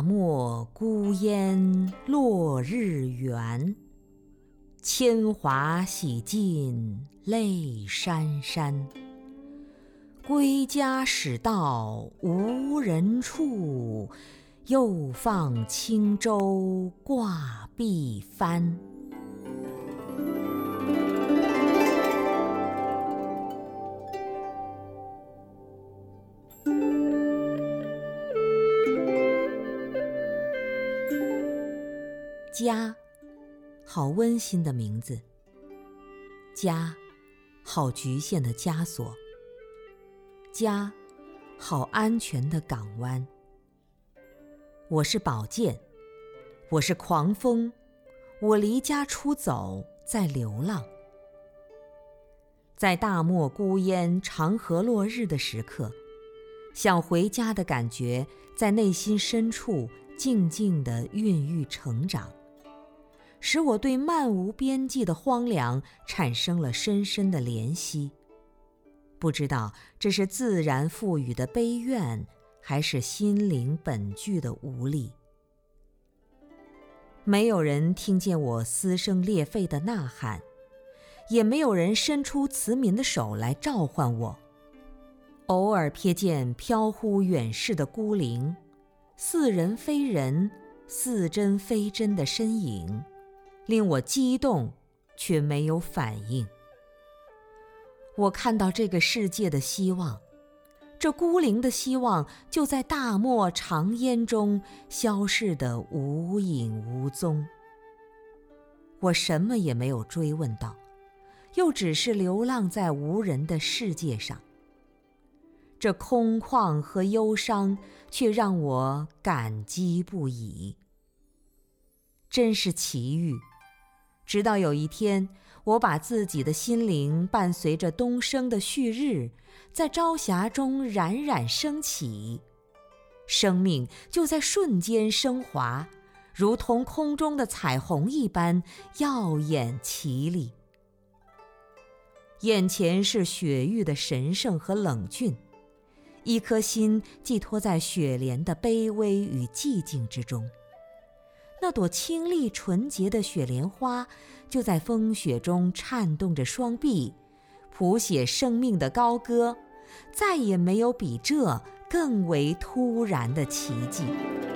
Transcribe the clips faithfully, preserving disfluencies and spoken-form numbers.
漠孤烟落日圆，铅华洗尽泪潸潸。归家始到无人处，又放轻舟挂碧帆。家，好温馨的名字。家，好局限的枷锁。家，好安全的港湾。我是宝剑，我是狂风，我离家出走，在流浪。在大漠孤烟、长河落日的时刻，想回家的感觉在内心深处静静地孕育成长，使我对漫无边际的荒凉产生了深深的怜惜。不知道这是自然赋予的悲怨，还是心灵本具的无力。没有人听见我撕声裂肺的呐喊，也没有人伸出慈悯的手来召唤我。偶尔瞥见飘忽远逝的孤零，似人非人，似真非真的身影，令我激动，却没有反应。我看到这个世界的希望，这孤零的希望就在大漠长烟中消逝得无影无踪。我什么也没有追问到，又只是流浪在无人的世界上。这空旷和忧伤却让我感激不已。真是奇遇，直到有一天，我把自己的心灵伴随着东升的旭日，在朝霞中冉冉升起，生命就在瞬间升华，如同空中的彩虹一般耀眼绮丽。眼前是雪域的神圣和冷峻，一颗心寄托在雪莲的卑微与寂静之中。那朵清丽纯洁的雪莲花，就在风雪中颤动着双臂，谱写生命的高歌。再也没有比这更为突然的奇迹。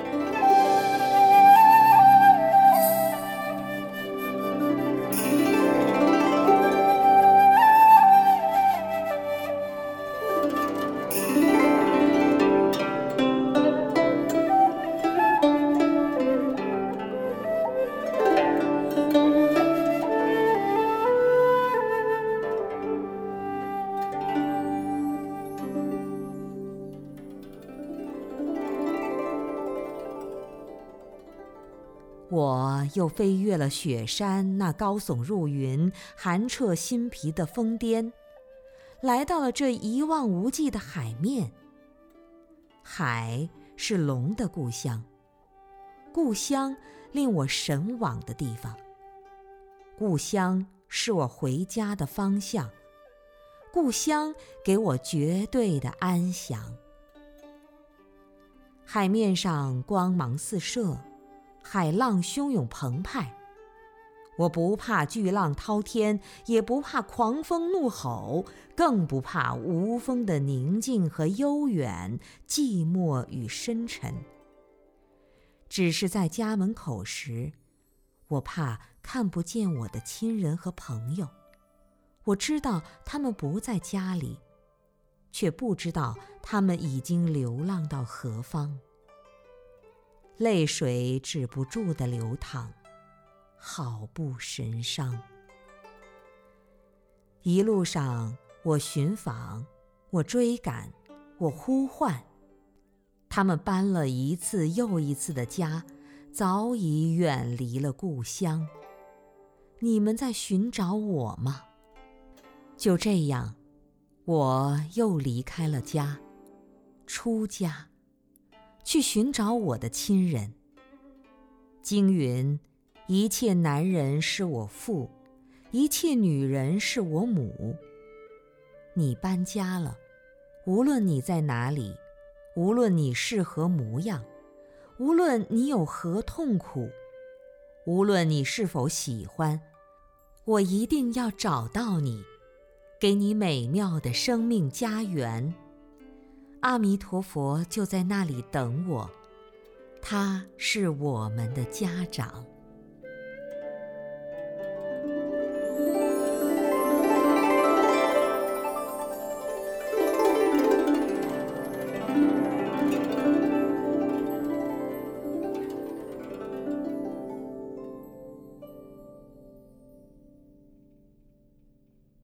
我又飞越了雪山那高耸入云、寒彻心脾的峰巅，来到了这一望无际的海面。海是龙的故乡，故乡令我神往的地方，故乡是我回家的方向，故乡给我绝对的安详。海面上光芒四射，海浪汹涌澎湃，我不怕巨浪滔天，也不怕狂风怒吼，更不怕无风的宁静和悠远、寂寞与深沉。只是在家门口时，我怕看不见我的亲人和朋友。我知道他们不在家里，却不知道他们已经流浪到何方。泪水止不住地流淌，好不神伤。一路上，我寻访，我追赶，我呼唤，他们搬了一次又一次的家，早已远离了故乡。你们在寻找我吗？就这样，我又离开了家，出家，去寻找我的亲人。经云，一切男人是我父，一切女人是我母。你搬家了，无论你在哪里，无论你是何模样， 无论你有何痛苦，无论你是否喜欢，我一定要找到你，给你美妙的生命家园。阿弥陀佛就在那里等我，他是我们的家长。